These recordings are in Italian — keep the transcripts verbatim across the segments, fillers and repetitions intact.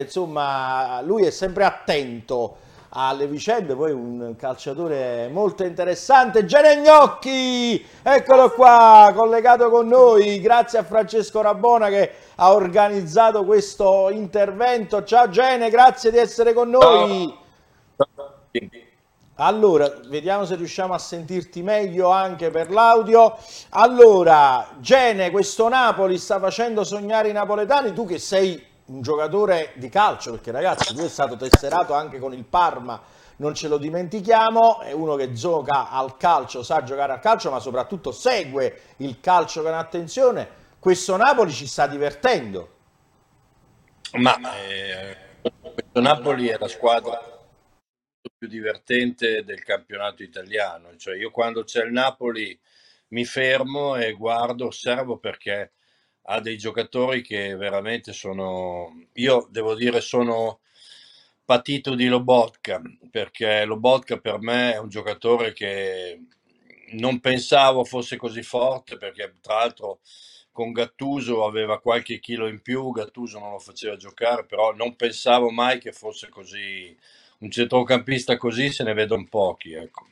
insomma, lui è sempre attento alle vicende, poi un calciatore molto interessante. Gene Gnocchi, eccolo qua, collegato con noi, grazie a Francesco Rabona che ha organizzato questo intervento. Ciao Gene, grazie di essere con noi. Allora, vediamo se riusciamo a sentirti meglio anche per l'audio. Allora, Gene, questo Napoli sta facendo sognare i napoletani, tu che sei un giocatore di calcio, perché ragazzi, lui è stato tesserato anche con il Parma, non ce lo dimentichiamo, è uno che gioca al calcio, sa giocare al calcio, ma soprattutto segue il calcio con attenzione. Questo Napoli ci sta divertendo. Ma eh, questo Napoli è la squadra più divertente del campionato italiano, cioè io quando c'è il Napoli mi fermo e guardo, osservo, perché ha dei giocatori che veramente sono, io devo dire sono patito di Lobotka, perché Lobotka per me è un giocatore che non pensavo fosse così forte, perché tra l'altro con Gattuso aveva qualche chilo in più, Gattuso non lo faceva giocare, però non pensavo mai che fosse così, un centrocampista così se ne vedono pochi, ecco.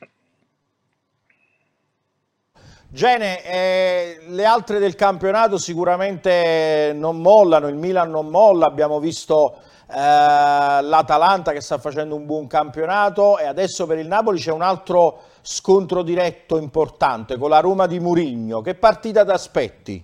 Gene, eh, le altre del campionato sicuramente non mollano, il Milan non molla, abbiamo visto eh, l'Atalanta che sta facendo un buon campionato e adesso per il Napoli c'è un altro scontro diretto importante con la Roma di Mourinho. Che partita ti aspetti?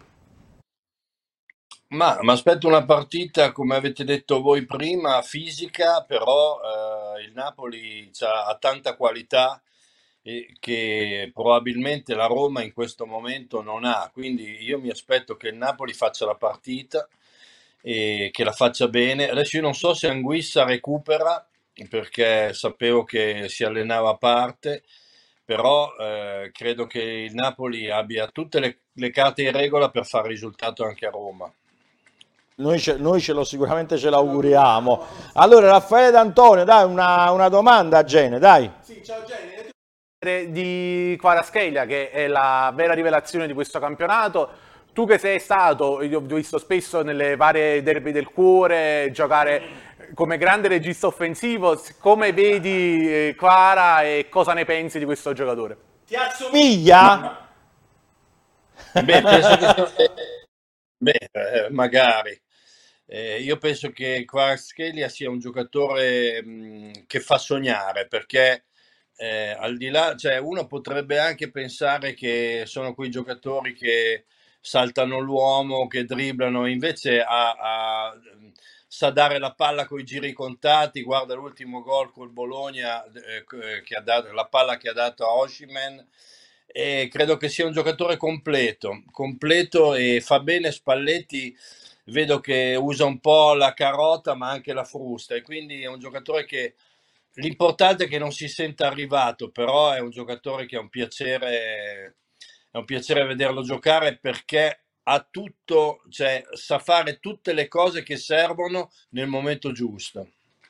Ma mi aspetto una partita, come avete detto voi prima, fisica, però eh, il Napoli c'ha- ha tanta qualità e che probabilmente la Roma in questo momento non ha. Quindi io mi aspetto che il Napoli faccia la partita e che la faccia bene. Adesso io non so se Anguissa recupera, perché sapevo che si allenava a parte, però eh, credo che il Napoli abbia tutte le, le carte in regola per fare risultato anche a Roma. Noi ce, noi ce lo sicuramente ce l'auguriamo. Allora, Raffaele D'Antonio, dai una, una domanda a Gene, dai. Sì, ciao Jenny. Di Kvaratskhelia, che è la vera rivelazione di questo campionato. Tu che sei stato, io ho visto spesso nelle varie derby del cuore giocare come grande regista offensivo, come vedi eh, Kvara e cosa ne pensi di questo giocatore? Ti assomiglia? Beh, penso che beh, eh, magari. Eh, io penso che Kvaratskhelia sia un giocatore mh, che fa sognare, perché eh, al di là, cioè uno potrebbe anche pensare che sono quei giocatori che saltano l'uomo, che dribblano, invece ha, ha- sa dare la palla coi giri contati. Guarda l'ultimo gol col Bologna, eh, che ha dato, la palla che ha dato a Osimhen, e credo che sia un giocatore completo, completo e fa bene Spalletti. Vedo che usa un po' la carota ma anche la frusta, e quindi è un giocatore che l'importante è che non si senta arrivato, però è un giocatore che è un piacere, è un piacere vederlo giocare, perché ha tutto, cioè sa fare tutte le cose che servono nel momento giusto.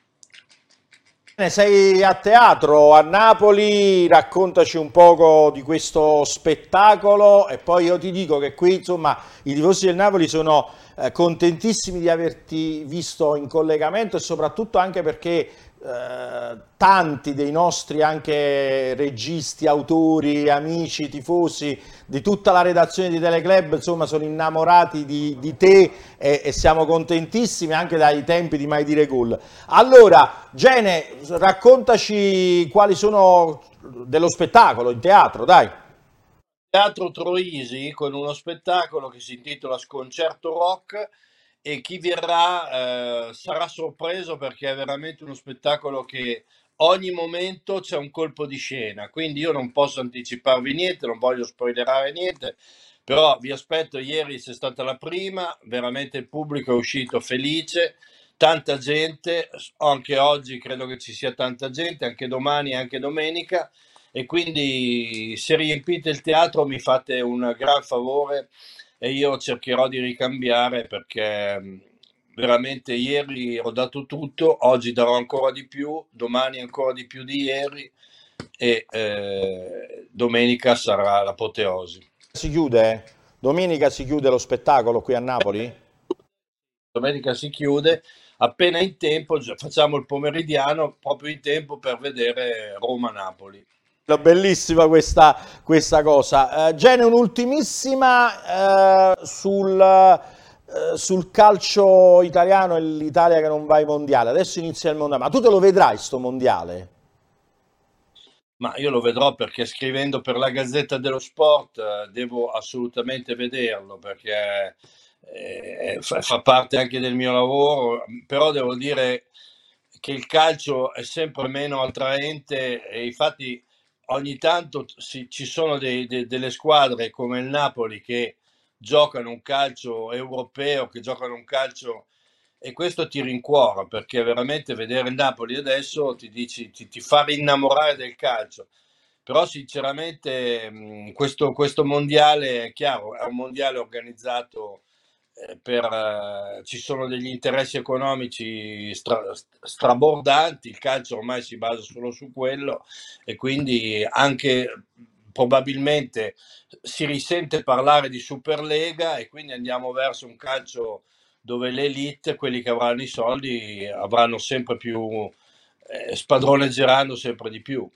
Sei a teatro a Napoli, raccontaci un poco di questo spettacolo e poi io ti dico che qui insomma i tifosi del Napoli sono eh, contentissimi di averti visto in collegamento e soprattutto anche perché eh, tanti dei nostri anche registi, autori, amici, tifosi di tutta la redazione di Teleclub insomma sono innamorati di, di te e, e siamo contentissimi anche dai tempi di Mai Dire Gol. Allora, Gene, raccontaci quali sono dello spettacolo in teatro, dai. Teatro Troisi, con uno spettacolo che si intitola Sconcerto Rock, e chi verrà eh, sarà sorpreso, perché è veramente uno spettacolo che ogni momento c'è un colpo di scena, quindi io non posso anticiparvi niente, non voglio spoilerare niente, però vi aspetto. Ieri c'è stata la prima, veramente il pubblico è uscito felice, tanta gente, anche oggi credo che ci sia tanta gente, anche domani e anche domenica, e quindi se riempite il teatro mi fate un gran favore e io cercherò di ricambiare, perché mh, veramente ieri ho dato tutto, oggi darò ancora di più, domani ancora di più di ieri, e eh, domenica sarà l'apoteosi. Si chiude? Domenica si chiude lo spettacolo qui a Napoli? Domenica si chiude, appena in tempo, facciamo il pomeridiano proprio in tempo per vedere Roma-Napoli. Bellissima questa, questa cosa. Uh, Gene, un'ultimissima uh, sul, uh, sul calcio italiano e l'Italia che non va ai mondiali. Adesso inizia il mondiale, ma tu te lo vedrai sto mondiale? Ma io lo vedrò perché scrivendo per la Gazzetta dello Sport eh, devo assolutamente vederlo perché eh, fa, fa parte anche del mio lavoro, però devo dire che il calcio è sempre meno attraente e infatti ogni tanto si- ci sono dei- de- delle squadre come il Napoli che giocano un calcio europeo, che giocano un calcio e questo ti rincuora perché veramente vedere il Napoli adesso ti dici, ti, ti fa rinnamorare del calcio. Però sinceramente mh, questo, questo mondiale è chiaro, è un mondiale organizzato eh, per, eh, ci sono degli interessi economici stra- strabordanti, il calcio ormai si basa solo su quello e quindi anche probabilmente si risente parlare di Superlega e quindi andiamo verso un calcio dove l'elite, quelli che avranno i soldi, avranno sempre più, eh, spadroneggeranno sempre di più.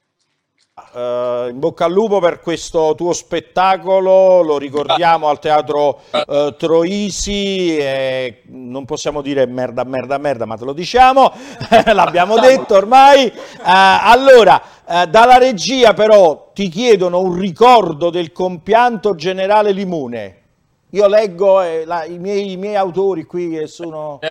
Uh, in bocca al lupo per questo tuo spettacolo, lo ricordiamo al Teatro uh, Troisi, e non possiamo dire merda, merda, merda, ma te lo diciamo, l'abbiamo detto ormai. Uh, allora, uh, dalla regia però ti chiedono un ricordo del compianto generale Limone. Io leggo eh, la, i, miei, i miei autori qui che sono...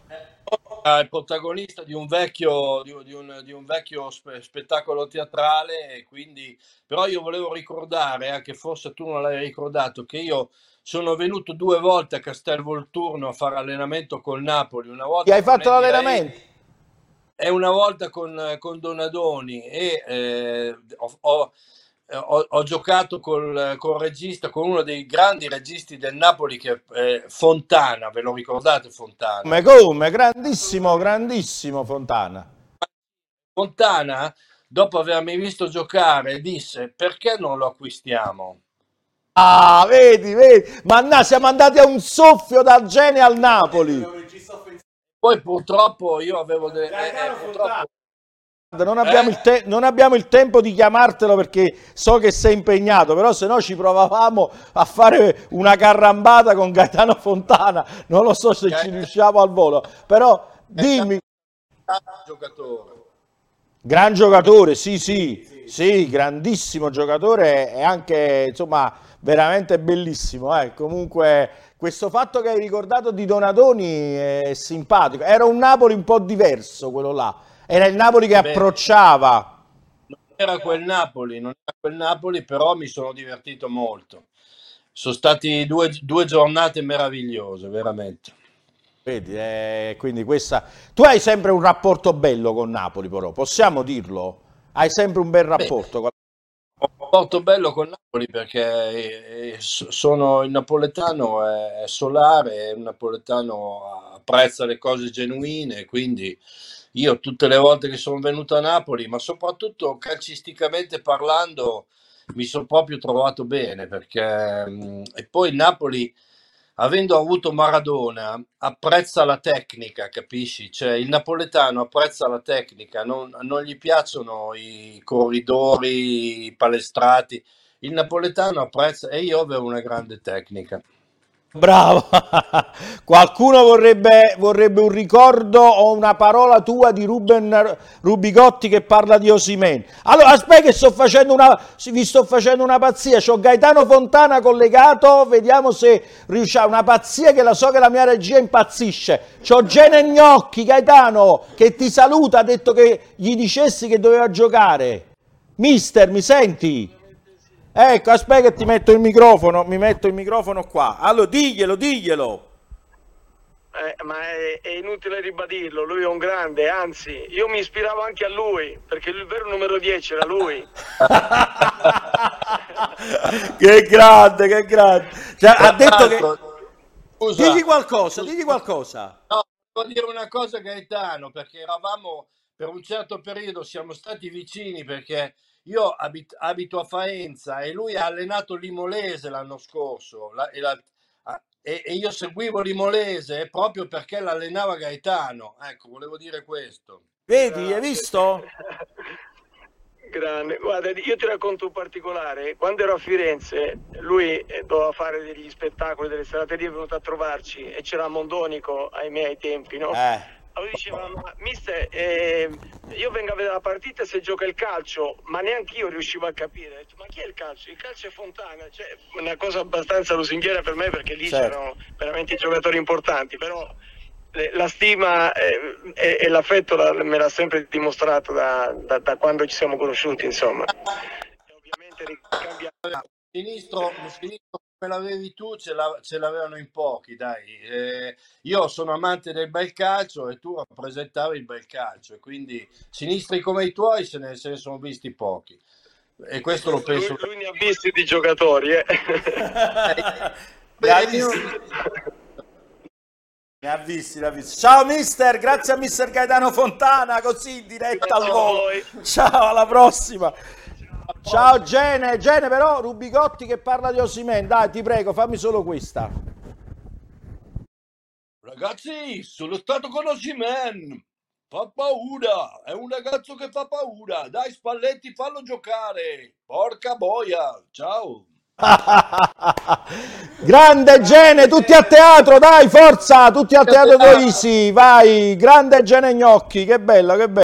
Il protagonista di un vecchio, di un, di un, di un vecchio spe- spettacolo teatrale e quindi però io volevo ricordare, anche forse tu non l'hai ricordato, che io sono venuto due volte a Castel Volturno a fare allenamento col Napoli, una Ti volta hai con fatto Eddie l'allenamento? Rae e una volta con, con Donadoni e eh, ho, ho- ho- ho giocato col, col regista, con uno dei grandi registi del Napoli che è eh, Fontana, ve lo ricordate Fontana? Come, come, grandissimo, grandissimo Fontana. Fontana, dopo avermi visto giocare, disse perché non lo acquistiamo? Ah, vedi, vedi, ma siamo andati a un soffio dal Gene al Napoli. Poi purtroppo io avevo delle... Eh, eh, purtroppo... Non abbiamo, Eh? il te- non abbiamo il tempo di chiamartelo perché so che sei impegnato, però se no ci provavamo a fare una carrambata con Gaetano Fontana, non lo so se ci riusciamo al volo, però dimmi. Giocatore. Gran giocatore, sì, sì, sì, grandissimo giocatore e anche, insomma, veramente bellissimo. Eh. Comunque, questo fatto che hai ricordato di Donadoni è simpatico. Era un Napoli un po' diverso quello là. Era il Napoli che Beh, approcciava. non era quel Napoli, non era quel Napoli, però mi sono divertito molto. Sono stati due, due giornate meravigliose, veramente. Vedi, eh, quindi questa... Tu hai sempre un rapporto bello con Napoli, però, possiamo dirlo? Hai sempre un bel Beh, rapporto con... ho un rapporto bello con Napoli perché eh, eh, s- sono il napoletano, è, è solare, il napoletano apprezza le cose genuine, quindi io tutte le volte che sono venuto a Napoli, ma soprattutto calcisticamente parlando, mi sono proprio trovato bene perché mh, e poi il Napoli, avendo avuto Maradona, apprezza la tecnica, capisci? Cioè il napoletano apprezza la tecnica, non, non gli piacciono i corridori, i palestrati. Il napoletano apprezza e io avevo una grande tecnica. Bravo! Qualcuno vorrebbe, vorrebbe un ricordo o una parola tua di Ruben Rubicotti che parla di Osimhen. Allora, aspetta che sto facendo una, vi sto facendo una pazzia. C'ho Gaetano Fontana collegato, vediamo se riusciamo. Una pazzia che la so che la mia regia impazzisce. C'ho Gene Gnocchi, Gaetano, che ti saluta, ha detto che gli dicessi che doveva giocare. Mister, mi senti? Ecco, aspetta che ti metto il microfono, mi metto il microfono qua. Allora, diglielo, diglielo. Eh, ma è, è inutile ribadirlo, lui è un grande, anzi, io mi ispiravo anche a lui, perché il vero numero dieci era lui. Che grande, che grande. Cioè, ha detto che... Scusa, Digli qualcosa, scusa, digli qualcosa. no, devo dire una cosa Gaetano, perché eravamo per un certo periodo, siamo stati vicini perché io abit- abito a Faenza e lui ha allenato l'Imolese l'anno scorso la- e la- e, e io seguivo Limolese proprio perché l'allenava Gaetano. Ecco, volevo dire questo. Vedi, hai visto? Grande, guarda, io ti racconto un particolare. Quando ero a Firenze, lui eh, doveva fare degli spettacoli, delle serate lì, è venuto a trovarci e c'era Mondonico ai miei tempi, no? Eh. Allora diceva, ma mister, eh, io vengo a vedere la partita se gioca il calcio, ma neanche io riuscivo a capire. Ma chi è il calcio? Il calcio è Fontana, cioè una cosa abbastanza lusinghiera per me perché lì certo. c'erano veramente giocatori importanti, però la stima e, e l'affetto la, me l'ha sempre dimostrato da, da, da quando ci siamo conosciuti, insomma. E ovviamente ricambiato. Sinistro, sinistro come l'avevi tu, ce, la, ce l'avevano in pochi, dai. Eh, io sono amante del bel calcio e tu rappresentavi il bel calcio, e quindi sinistri come i tuoi se ne, se ne sono visti pochi. E questo lo penso. Lui, lui ne ha visti di giocatori, eh. Ne ha visti. Ne ha visti, ne ha visti. Ciao mister, grazie a mister Gaetano Fontana, così in diretta al volo. Ciao, alla prossima. Ciao Gene, Gene però Rubicotti che parla di Osimhen, dai ti prego fammi solo questa. Ragazzi, sono stato con Osimhen, fa paura, è un ragazzo che fa paura, dai Spalletti fallo giocare, porca boia, ciao. Grande Gene, tutti a teatro, dai forza, tutti a teatro Doisi, vai, grande Gene Gnocchi, che bello, che bello.